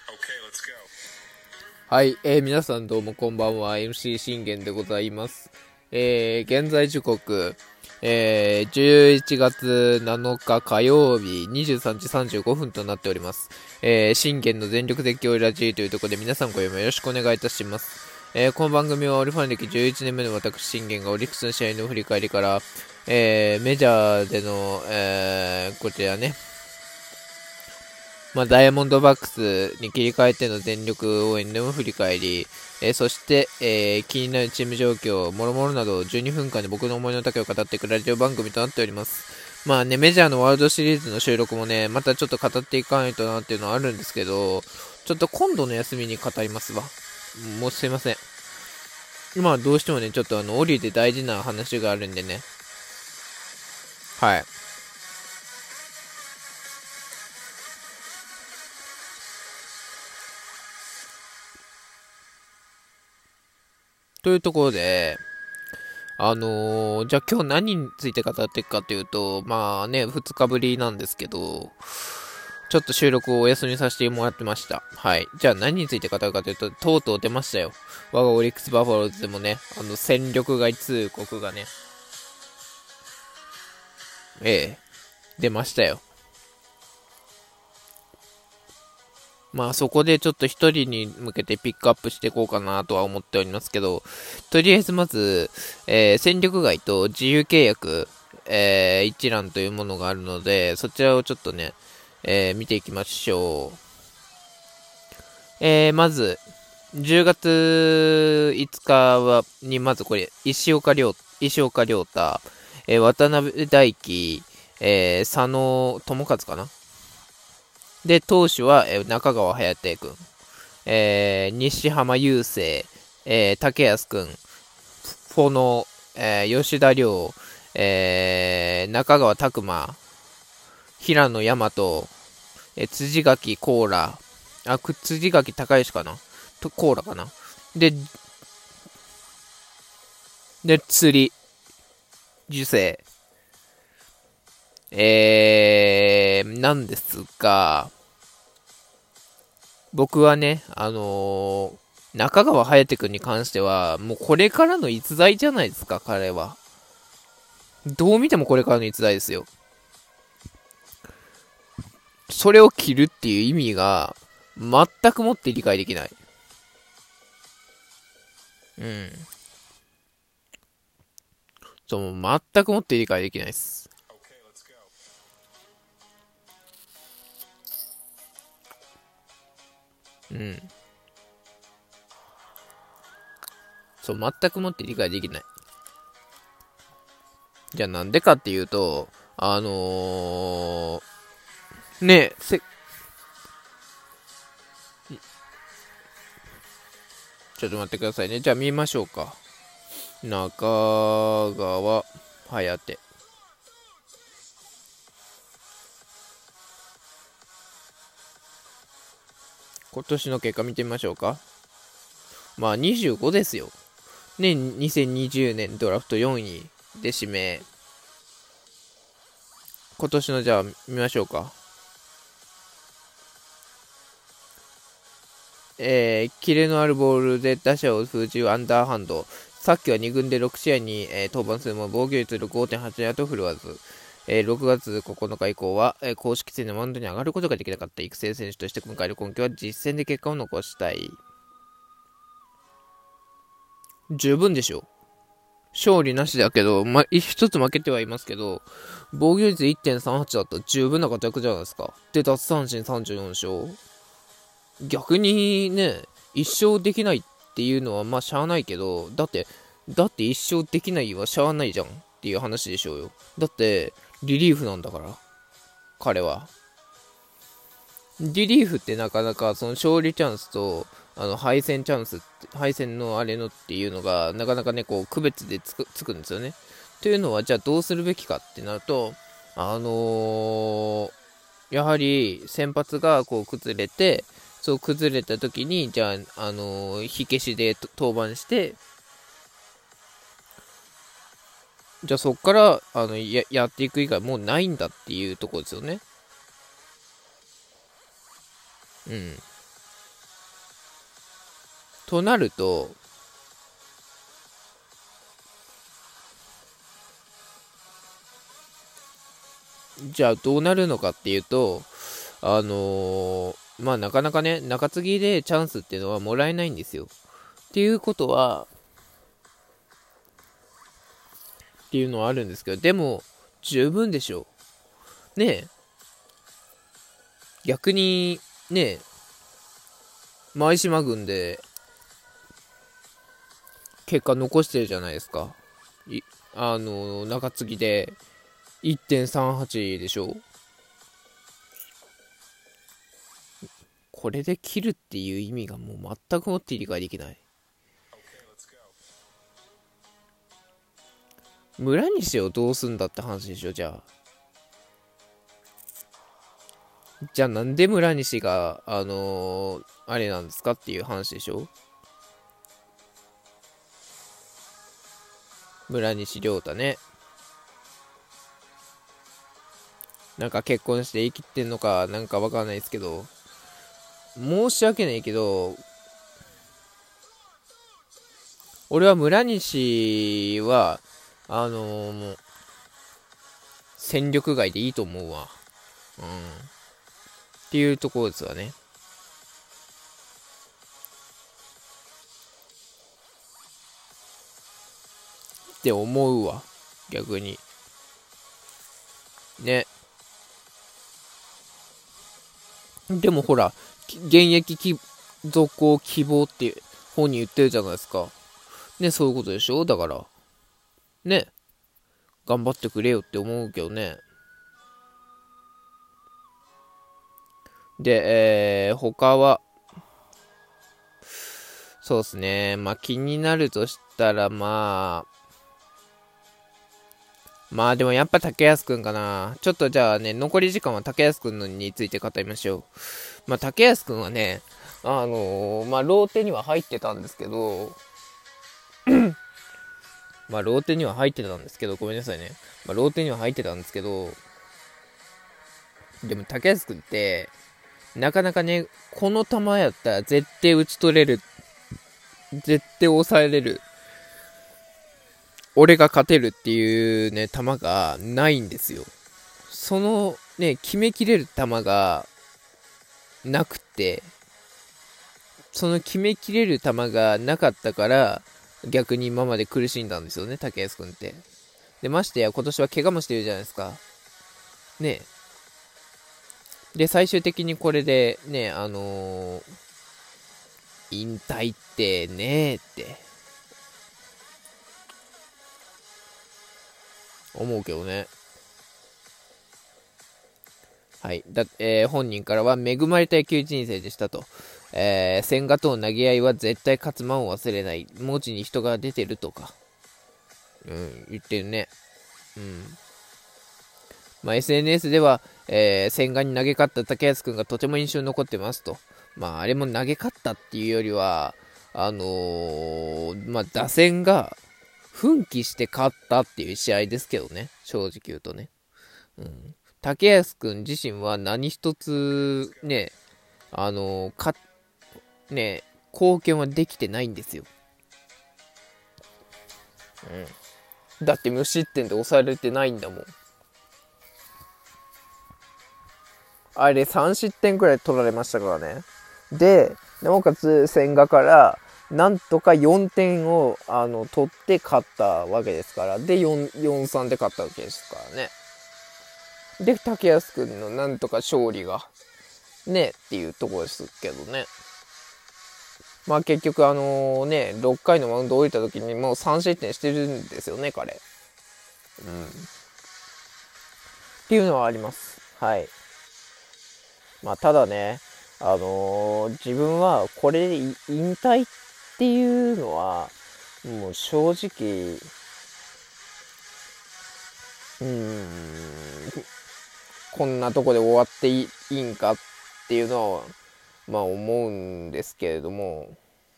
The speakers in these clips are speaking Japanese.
はい、皆さんどうもこんばんは。MC 信玄でございます。現在時刻、11月7日火曜日23時35分となっております。信玄の全力絶叫ラジーというところで皆さんご読みよろしくお願いいたします。この番組はオリファン歴11年目の私信玄がオリックスの試合の振り返りから、メジャーでの、こちらね、ダイヤモンドバックスに切り替えての全力応援でも振り返り、そして、気になるチーム状況、もろもろなど12分間で僕の思いの丈を語っていくラジオ番組となっております。メジャーのワールドシリーズの収録もね、またちょっと語っていかないとなっていうのはあるんですけど、ちょっと今度の休みに語りますわ。もうすいません。今はどうしてもね、ちょっとオリで大事な話があるんでね。はい。というところで、じゃあ今日何について語っていくかというと、2日ぶりなんですけど、ちょっと収録をお休みさせてもらってました。はい。じゃあ何について語るかというと、とうとう出ましたよ。我がオリックスバファローズでもね、戦力外通告がね、出ましたよ。そこでちょっと一人に向けてピックアップしていこうかなとは思っておりますけど、とりあえずまず、戦力外と自由契約、一覧というものがあるので、そちらをちょっとね、見ていきましょう。まず、10月5日に、まずこれ、石岡亮太、渡辺大輝、佐野智和かな。で、投手は、中川颯君、西浜雄星、竹安君、フォノ、吉田亮、中川拓馬、平野大和、辻垣コーラ、辻垣高吉かなコーラかなで、釣り、受精。なんですが、僕はね、中川颯君に関しては、もうこれからの逸材じゃないですか、彼は。どう見てもこれからの逸材ですよ。それを切るっていう意味が、全くもって理解できない。うん。全くもって理解できないです。うん。全くもって理解できない。じゃあなんでかっていうと、ねえ、ちょっと待ってくださいね。じゃあ見ましょうか。中川颯。今年の結果見てみましょうか。25ですよ。ね、2020年ドラフト4位で指名。今年のじゃあ見ましょうか。キレのあるボールで打者を封じるアンダーハンド。さっきは2軍で6試合に、登板するも防御率5.8と振るわず。6月9日以降は、公式戦のマウンドに上がることができなかった育成選手として迎える根拠は実戦で結果を残したい。十分でしょう。勝利なしだけど、一つ負けてはいますけど、防御率1.38だと十分な活躍じゃないですか。で、奪三振34勝。逆にね、一勝できないっていうのはしゃあないけど、だって一勝できないはしゃあないじゃんっていう話でしょうよ。だって、リリーフなんだから、彼は。リリーフってなかなかその勝利チャンスと敗戦チャンス、敗戦のあれのっていうのがなかなかね、こう区別でつくんですよね。というのは、じゃあどうするべきかってなると、やはり先発がこう崩れて、そう崩れた時に、じゃあ、火消しで登板して、じゃあそこからやっていく以外もうないんだっていうところですよね。うん。 となると、じゃあどうなるのかっていうと、まあなかなかね、中継ぎでチャンスっていうのはもらえないんですよ。っていうことは、っていうのはあるんですけど、でも、十分でしょう。ねえ、逆に、ねえ、前島軍で結果残してるじゃないですか。い中継ぎで1.38でしょ。これで切るっていう意味がもう全くもって理解できない。村西をどうすんだって話でしょ、じゃあ。じゃあなんで村西が、あれなんですかっていう話でしょ。村西亮太ね。なんか結婚して生きてんのかなんかわかんないですけど、申し訳ないけど、俺は村西は、もう、戦力外でいいと思うわ。うん。っていうところですわね。って思うわ。逆に。ね。でもほら、現役続行希望って本に言ってるじゃないですか。ね、そういうことでしょだから。ね。頑張ってくれよって思うけどね。で、他は、そうですね。まあ気になるとしたら、まあでもやっぱ竹安くんかな。ちょっとじゃあね、残り時間は竹安くんのについて語りましょう。まあ竹安くんはね、まあローテには入ってたんですけど、まあローテには入ってたんですけど、ごめんなさいね。まあローテには入ってたんですけど、でも竹安くんって、なかなかね、この球やったら絶対打ち取れる、絶対抑えれる、俺が勝てるっていうね、球がないんですよ。そのね、決めきれる球がなくて、その決めきれる球がなかったから、逆に今まで苦しんだんですよね、竹安くんって。で、ましてや今年は怪我もしてるじゃないですか。ね。で、最終的にこれでね、引退ってねって思うけどね。はい。本人からは恵まれた野球人生でしたと。千賀との投げ合いは絶対勝つ間を忘れない。文字に人が出てるとか。うん、言ってるね。うん。まあ、SNS では、千賀に投げ勝った竹安くんがとても印象に残ってますと。まあ、あれも投げ勝ったっていうよりは、まあ、打線が奮起して勝ったっていう試合ですけどね。正直言うとね。うん。竹安くん自身は何一つね、あのーか、ね、貢献はできてないんですよ。うん。だって無失点で抑えられてないんだもん。あれ3失点くらい取られましたからね。で、なおかつ千賀からなんとか4点を取って勝ったわけですから。で、4-3で勝ったわけですからね。で、竹安くんのなんとか勝利がねっていうところですけどね。まあ結局6回のマウンド降りた時にもう3失点してるんですよね、彼。うん。っていうのはあります。はい。まあただね、自分はこれで引退っていうのは、もう正直、こんなとこで終わっていいんかっていうのは、まあ思うんですけれども、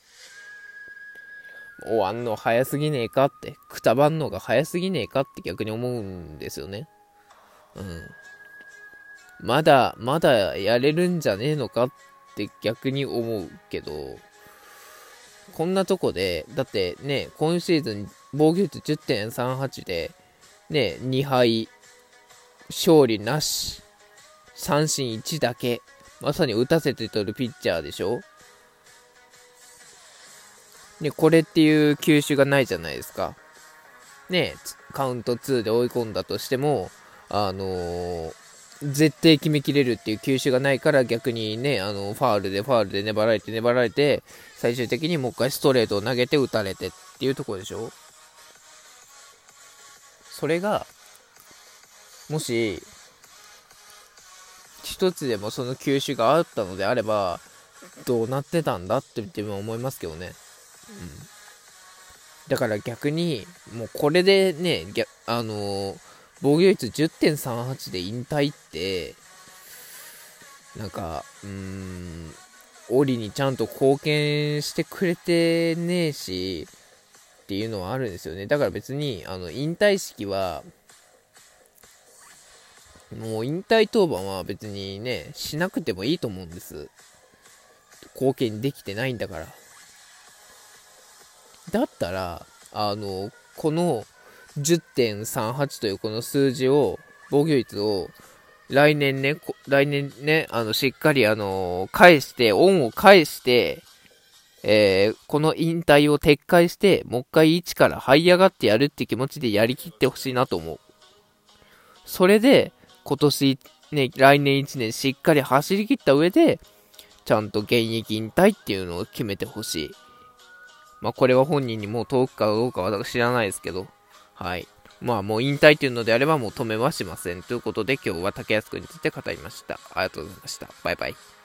終わんの早すぎねえかって、くたばんのが早すぎねえかって逆に思うんですよね。うん。まだやれるんじゃねえのかって逆に思うけど、 こんなとこで、だってね、今シーズン防御率 10.38 で、ね、2敗、勝利なし、三振1だけ、まさに打たせて取るピッチャーでしょ。ね、これっていう球種がないじゃないですか。ね、カウント2で追い込んだとしても、絶対決めきれるっていう球種がないから、逆にね、ファールで粘られて、最終的にもう一回ストレートを投げて打たれてっていうところでしょ。それが、もし、一つでもその球種があったのであれば、どうなってたんだって自分は思いますけどね。だから逆に、もうこれでね、防御率 10.38 で引退って、なんか、オリにちゃんと貢献してくれてねえし、っていうのはあるんですよね。だから別に、引退式は、もう引退登板は別にね、しなくてもいいと思うんです。貢献できてないんだから。だったら、この 10.38 というこの数字を、防御率を、来年ね、しっかり返して、恩を返して、この引退を撤回して、もう一回一から這い上がってやるって気持ちでやりきってほしいなと思う。それで、今年、ね、来年1年しっかり走り切った上で、ちゃんと現役引退っていうのを決めてほしい。まあこれは本人にもう遠くかどうかは私知らないですけど、はい。まあもう引退というのであればもう止めはしません。ということで今日は竹安くんについて語りました。ありがとうございました。バイバイ。